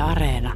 Areena.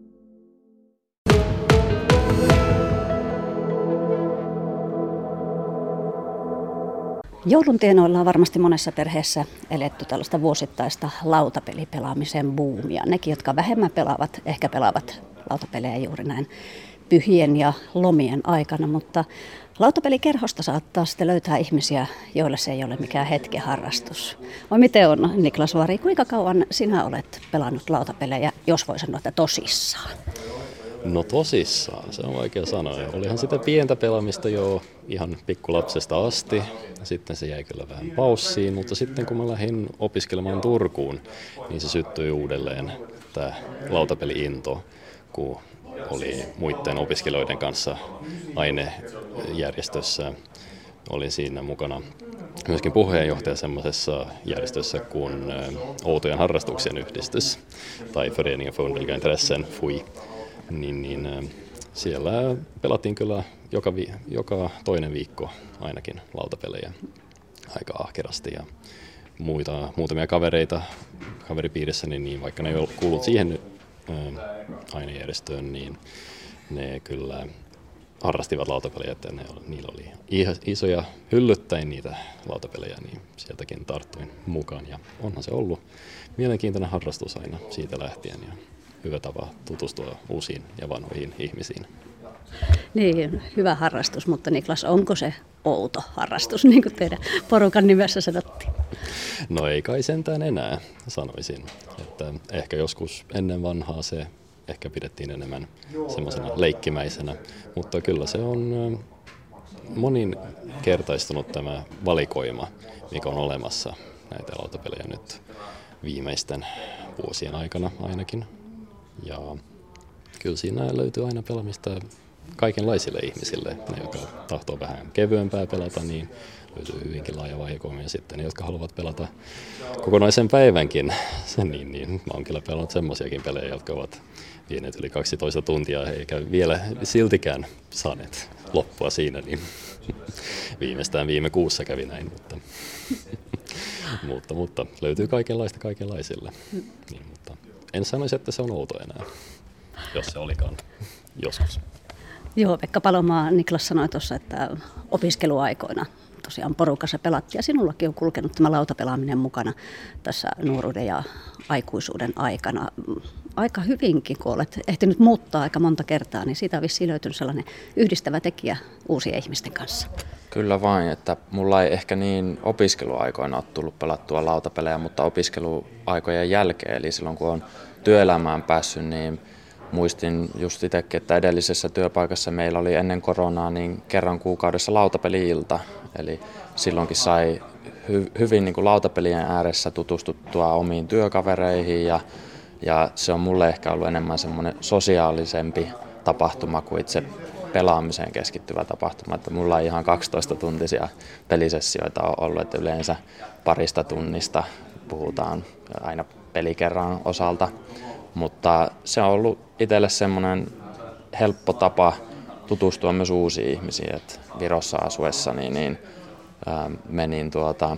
Joulun tienoilla on varmasti monessa perheessä eletty tällaista vuosittaista lautapelipelaamisen buumia. Nekin, jotka vähemmän pelaavat, ehkä pelaavat lautapelejä juuri näin pyhien ja lomien aikana, mutta lautapelikerhosta saattaa sitten löytää ihmisiä, joille se ei ole mikään hetken harrastus. Vai miten on, Niklas Vari, kuinka kauan sinä olet pelannut lautapelejä, jos voi sanoa, että tosissaan? No tosissaan, se on vaikea sanoa. Olihan sitä pientä pelaamista jo ihan pikkulapsesta asti. Sitten se jäi kyllä vähän paussiin, mutta sitten kun mä lähdin opiskelemaan Turkuun, niin se syttyi uudelleen tämä lautapeli-into, kun oli muiden opiskelijoiden kanssa ainejärjestössä. Olin siinä mukana myöskin puheenjohtaja semmoisessa järjestössä kuin Outojen harrastuksien yhdistys tai Föreningen för underliga intressen, FUI. Niin siellä pelattiin kyllä joka toinen viikko ainakin lautapelejä aika ahkerasti ja muutamia kavereita kaveripiirissäni, niin vaikka ne ei ole kuullut siihen ainejärjestöön, niin ne kyllä harrastivat lautapelejä, että niillä oli isoja hyllyttäin niitä lautapelejä, niin sieltäkin tarttuin mukaan ja onhan se ollut mielenkiintoinen harrastus aina siitä lähtien ja hyvä tapa tutustua uusiin ja vanhoihin ihmisiin. Niin, hyvä harrastus, mutta Niklas, onko se outo harrastus, niin kuin teidän porukan nimessä sanottiin? No ei kai sentään enää, sanoisin. Että ehkä joskus ennen vanhaa se ehkä pidettiin enemmän semmoisena leikkimäisenä, mutta kyllä se on moninkertaistunut tämä valikoima, mikä on olemassa näitä lautapelejä nyt viimeisten vuosien aikana ainakin. Ja kyllä siinä löytyy aina pelaamista kaikenlaisille ihmisille. Ne, jotka tahtoo vähän kevyempää pelata, niin löytyy hyvinkin laaja valikoima. Ja sitten ne, jotka haluavat pelata kokonaisen päivänkin, niin mä oon kyllä pelannut semmoisiakin pelejä, jotka ovat vieneet yli 12 tuntia, eikä vielä siltikään saaneet loppua siinä, niin viimeistään viime kuussa kävi näin. Mutta löytyy kaikenlaista kaikenlaisille. Niin, mutta en sanoisi, että se on outo enää, jos se olikaan joskus. Joo, Pekka Palomaa, Niklas sanoi tuossa, että opiskeluaikoina tosiaan porukassa pelattiin ja sinullakin on kulkenut tämä lautapelaaminen mukana tässä nuoruuden ja aikuisuuden aikana. Aika hyvinkin, kun olet ehtinyt muuttaa aika monta kertaa, niin siitä on vissiin löytynyt sellainen yhdistävä tekijä uusien ihmisten kanssa. Kyllä vain, että mulla ei ehkä niin opiskeluaikoina ole tullut pelattua lautapelejä, mutta opiskeluaikojen jälkeen, eli silloin kun on työelämään päässyt, niin muistin just itsekin, että edellisessä työpaikassa meillä oli ennen koronaa niin kerran kuukaudessa lautapeli-ilta. Eli silloinkin sai hyvin niin kuin lautapelien ääressä tutustuttua omiin työkavereihin ja se on mulle ehkä ollut enemmän semmoinen sosiaalisempi tapahtuma kuin itse pelaamiseen keskittyvä tapahtuma. Että mulla ei ihan 12-tuntisia pelisessioita ole ollut, että yleensä parista tunnista puhutaan aina pelikerran osalta. Mutta se on ollut itselle semmoinen helppo tapa tutustua myös uusiin ihmisiin. Et Virossa asuessani menin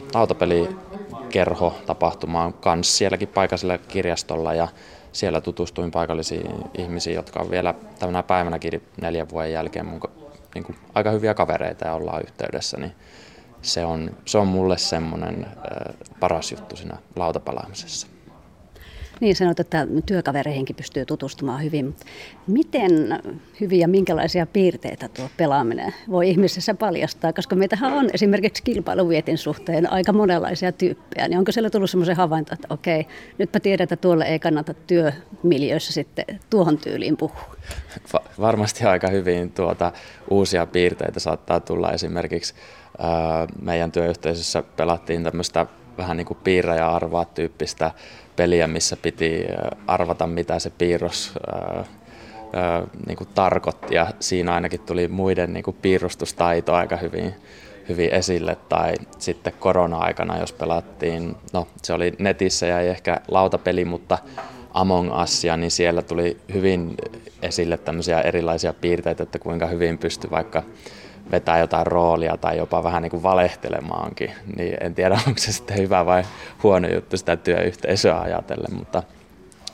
lautapelikerho-tapahtumaan kanssa sielläkin paikallisella kirjastolla ja siellä tutustuin paikallisiin ihmisiin, jotka on vielä tänä päivänäkin 4 vuoden jälkeen niin kuin aika hyviä kavereita ja ollaan yhteydessä. Niin se on mulle semmoinen paras juttu siinä lautapelaamisessa. Niin sanot, että työkavereihinkin pystyy tutustumaan hyvin. Miten hyviä, minkälaisia piirteitä tuo pelaaminen voi ihmisessä paljastaa? Koska meitähän on esimerkiksi kilpailuvietin suhteen aika monenlaisia tyyppejä. Niin onko siellä tullut semmoisen havainto, että okei, nytpä tiedän, että tuolle ei kannata työmiljöissä sitten tuohon tyyliin puhua? Varmasti aika hyvin uusia piirteitä saattaa tulla. Esimerkiksi meidän työyhteisössä pelattiin tämmöistä vähän niin kuin piirrä ja arvaa -tyyppistä peliä, missä piti arvata, mitä se piirros niin kuin tarkoitti. Ja siinä ainakin tuli muiden niin kuin piirustustaito aika hyvin esille. Tai sitten korona-aikana, jos pelattiin, no se oli netissä ja ei ehkä lautapeli, mutta Among Usia, niin siellä tuli hyvin esille tämmöisiä erilaisia piirteitä, että kuinka hyvin pystyi vaikka vetää jotain roolia tai jopa vähän niin kuin valehtelemaankin, niin en tiedä, onko se sitten hyvä vai huono juttu sitä työyhteisöä ajatellen, mutta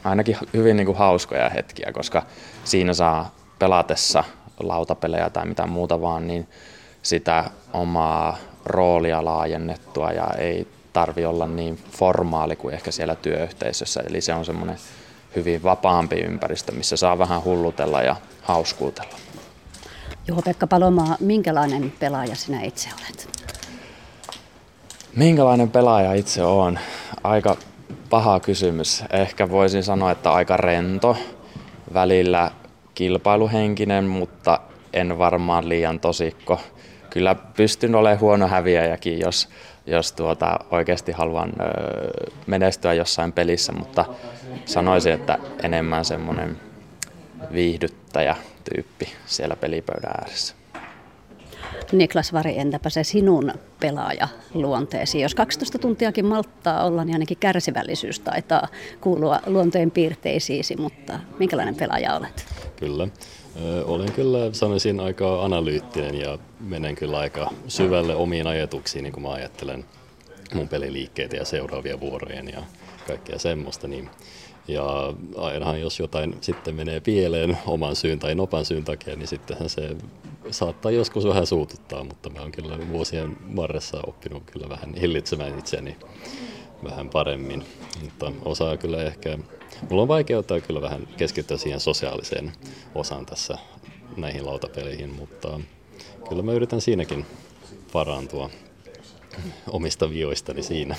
ainakin hyvin niin kuin hauskoja hetkiä, koska siinä saa pelatessa lautapelejä tai mitä muuta vaan, niin sitä omaa roolia laajennettua ja ei tarvi olla niin formaali kuin ehkä siellä työyhteisössä. Eli se on semmoinen hyvin vapaampi ympäristö, missä saa vähän hullutella ja hauskuutella. Juho-Pekka Palomaa, minkälainen pelaaja sinä itse olet? Minkälainen pelaaja itse olen? Aika paha kysymys. Ehkä voisin sanoa, että aika rento, välillä kilpailuhenkinen, mutta en varmaan liian tosikko. Kyllä pystyn olemaan huono häviäjäkin, jos oikeasti haluan menestyä jossain pelissä, mutta sanoisin, että enemmän semmoinen viihdyttäjä-tyyppi siellä pelipöydän ääressä. Niklas Vari, entäpä se sinun pelaajaluonteesi? Jos 12 tuntiakin malttaa olla, niin ainakin kärsivällisyys taitaa kuulua luonteen piirteisiisi, mutta minkälainen pelaaja olet? Kyllä. Olen kyllä, sanoisin, aika analyyttinen ja menen kyllä aika syvälle omiin ajatuksiin, niin kuin mä ajattelen mun peliliikkeitä ja seuraavia vuoroja ja kaikkea semmoista. Ja ainahan jos jotain sitten menee pieleen oman syyn tai nopan syyn takia, niin sittenhän se saattaa joskus vähän suututtaa, mutta mä oon kyllä vuosien varressa oppinut kyllä vähän hillitsemään itseäni vähän paremmin. Mutta osaa kyllä ehkä, mulla on vaikeutta kyllä vähän keskittyä siihen sosiaaliseen osaan tässä näihin lautapeleihin, mutta kyllä mä yritän siinäkin parantua omista vioistani siinä.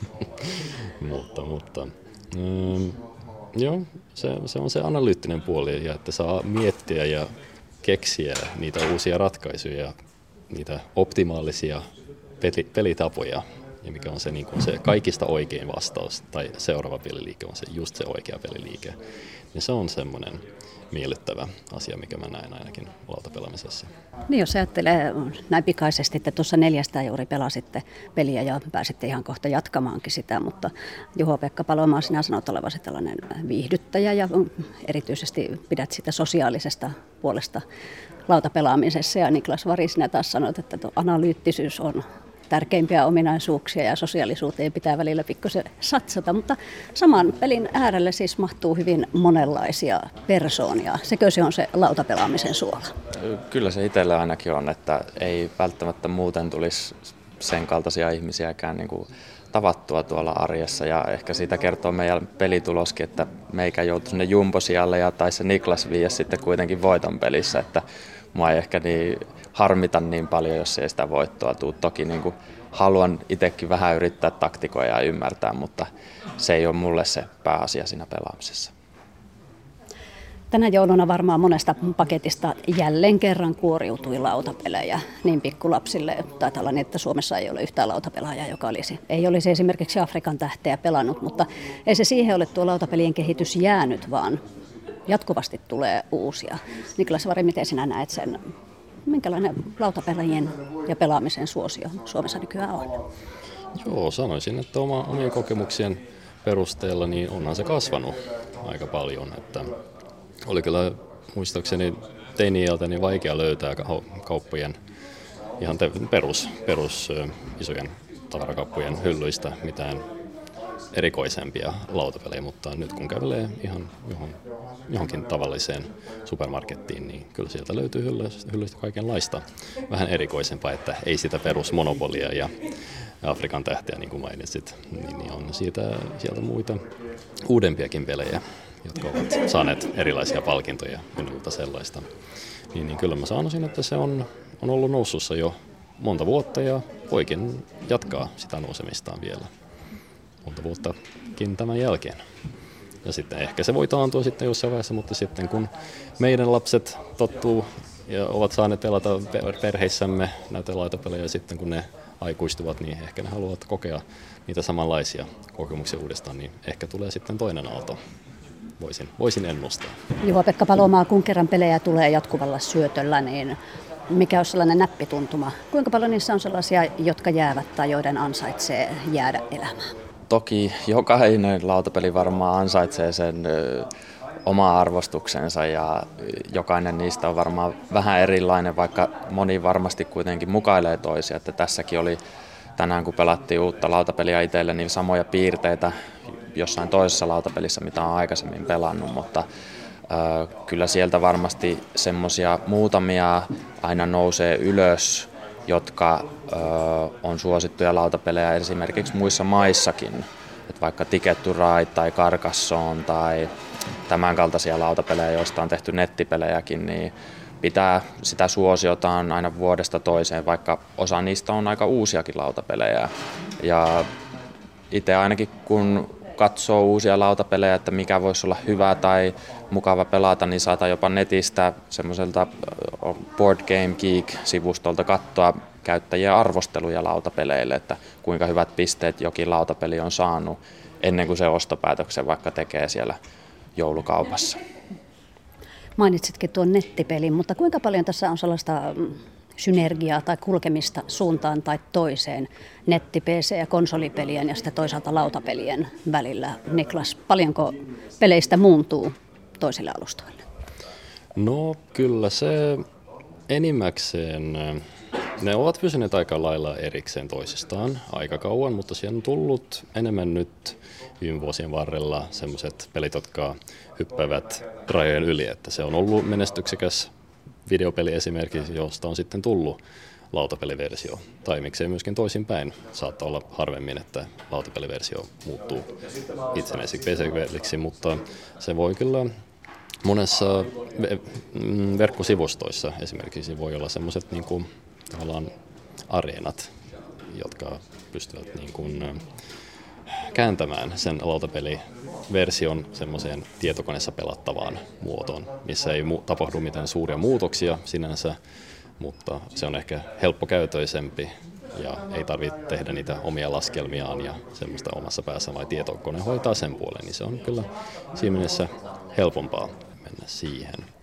mutta joo, se on se analyyttinen puoli ja että saa miettiä ja keksiä niitä uusia ratkaisuja, niitä optimaalisia pelitapoja ja mikä on se, niin kuin se kaikista oikein vastaus tai seuraava peliliike on se just se oikea peliliike. Niin se on semmoinen miellyttävä asia, mikä mä näen ainakin lautapelaamisessa. Niin jos ajattelee näin pikaisesti, että tuossa 4 juuri pelasitte peliä ja pääsitte ihan kohta jatkamaankin sitä, mutta Juho-Pekka Palomaa, sinä sanot olevasi tällainen viihdyttäjä ja erityisesti pidät sitä sosiaalisesta puolesta lautapelaamisessa ja Niklas Vari, sinä taas sanoit, että tuo analyyttisyys on tärkeimpiä ominaisuuksia ja sosiaalisuuteen pitää välillä pikkusen satsata, mutta saman pelin äärelle siis mahtuu hyvin monenlaisia persoonia. Sekö se on se lautapelaamisen suola? Kyllä se itsellä ainakin on, että ei välttämättä muuten tulisi sen kaltaisia ihmisiäkään niin kuin tavattua tuolla arjessa ja ehkä siitä kertoo meidän pelituloskin, että meikä joutui sinne jumbosijalle ja taisi se Niklas viiä sitten kuitenkin voiton pelissä, että mua ei ehkä niin harmita niin paljon, jos ei sitä voittoa tule. Toki niin kuin haluan itsekin vähän yrittää taktikoja ja ymmärtää, mutta se ei ole mulle se pääasia siinä pelaamisessa. Tänä jouluna varmaan monesta paketista jälleen kerran kuoriutui lautapelejä niin pikkulapsille. Taitaa olla niin, että Suomessa ei ole yhtään lautapelaajaa, joka ei olisi esimerkiksi Afrikan tähteä pelannut, mutta ei se siihen ole tuo lautapelien kehitys jäänyt, vaan jatkuvasti tulee uusia. Niklas Vari, miten sinä näet sen? Minkälainen lautapelien ja pelaamisen suosio Suomessa nykyään on? Joo, sanoisin, että omien kokemuksien perusteella niin onhan se kasvanut aika paljon. Että oli kyllä muistaakseni teini-iältä niin vaikea löytää kauppojen ihan perus isojen tavarakauppojen hyllyistä mitään erikoisempia lautapelejä, mutta nyt kun kävelee ihan johonkin tavalliseen supermarkettiin, niin kyllä sieltä löytyy hyllyistä kaikenlaista vähän erikoisempaa, että ei sitä perusmonopolia ja Afrikan tähtiä, niin kuin mainitsit, niin on sieltä muita uudempiakin pelejä, jotka ovat saaneet erilaisia palkintoja ja muuta sellaista. Niin kyllä mä sanoisin, että se on ollut noussussa jo monta vuotta ja voikin jatkaa sitä nousemistaan vielä monta vuottakin tämän jälkeen. Ja sitten ehkä se voi taantua sitten jossain vaiheessa, mutta sitten kun meidän lapset tottuu ja ovat saaneet pelata perheissämme näitä lautapelejä ja sitten kun ne aikuistuvat, niin ehkä ne haluavat kokea niitä samanlaisia kokemuksia uudestaan, niin ehkä tulee sitten toinen aalto. Voisin ennustaa. Juho-Pekka Palomaa, kun kerran pelejä tulee jatkuvalla syötöllä, niin mikä on sellainen näppituntuma? Kuinka paljon niissä on sellaisia, jotka jäävät tai joiden ansaitsee jäädä elämään? Toki jokainen lautapeli varmaan ansaitsee sen oma arvostuksensa ja jokainen niistä on varmaan vähän erilainen, vaikka moni varmasti kuitenkin mukailee toisia. Että tässäkin oli tänään, kun pelattiin uutta lautapeliä itselle, niin samoja piirteitä jossain toisessa lautapelissä, mitä on aikaisemmin pelannut, mutta kyllä sieltä varmasti semmoisia muutamia aina nousee ylös, jotka on suosittuja lautapelejä esimerkiksi muissa maissakin. Et vaikka Ticket to Ride tai Carcassonne tai tämän kaltaisia lautapelejä, joista on tehty nettipelejäkin, niin pitää sitä suosiotaan aina vuodesta toiseen, vaikka osa niistä on aika uusiakin lautapelejä. Ja itse ainakin kun katsoo uusia lautapelejä, että mikä voisi olla hyvä tai mukava pelata, niin saatan jopa netistä semmoiselta Board Game Geek-sivustolta katsoa käyttäjien arvosteluja lautapeleille, että kuinka hyvät pisteet jokin lautapeli on saanut ennen kuin se ostopäätöksen vaikka tekee siellä joulukaupassa. Mainitsitkin tuon nettipelin, mutta kuinka paljon tässä on sellaista synergiaa tai kulkemista suuntaan tai toiseen netti-, PC- ja konsolipelien ja sitten toisaalta lautapelien välillä? Niklas, paljonko peleistä muuntuu toisille alustoille? No kyllä se enimmäkseen, ne ovat pysyneet aika lailla erikseen toisistaan aika kauan, mutta siihen on tullut enemmän nyt viime vuosien varrella sellaiset pelit, jotka hyppäävät rajojen yli, että se on ollut menestyksekäs videopeli esimerkiksi, josta on sitten tullut lautapeliversio. Tai miksei myöskin toisinpäin. Saattaa olla harvemmin, että lautapeliversio muuttuu itsenäiseksi PC-peliksi, mutta se voi kyllä monessa verkkosivustoissa esimerkiksi voi olla semmoiset niin kuin tavallaan areenat, jotka pystyvät niin kuin kääntämään sen lautapeliversion semmoiseen tietokoneessa pelattavaan muotoon, missä ei tapahdu mitään suuria muutoksia sinänsä, mutta se on ehkä helppokäytöisempi ja ei tarvitse tehdä niitä omia laskelmiaan ja semmoista omassa päässä, vai tietokone hoitaa sen puolen, niin se on kyllä siinä mielessä helpompaa mennä siihen.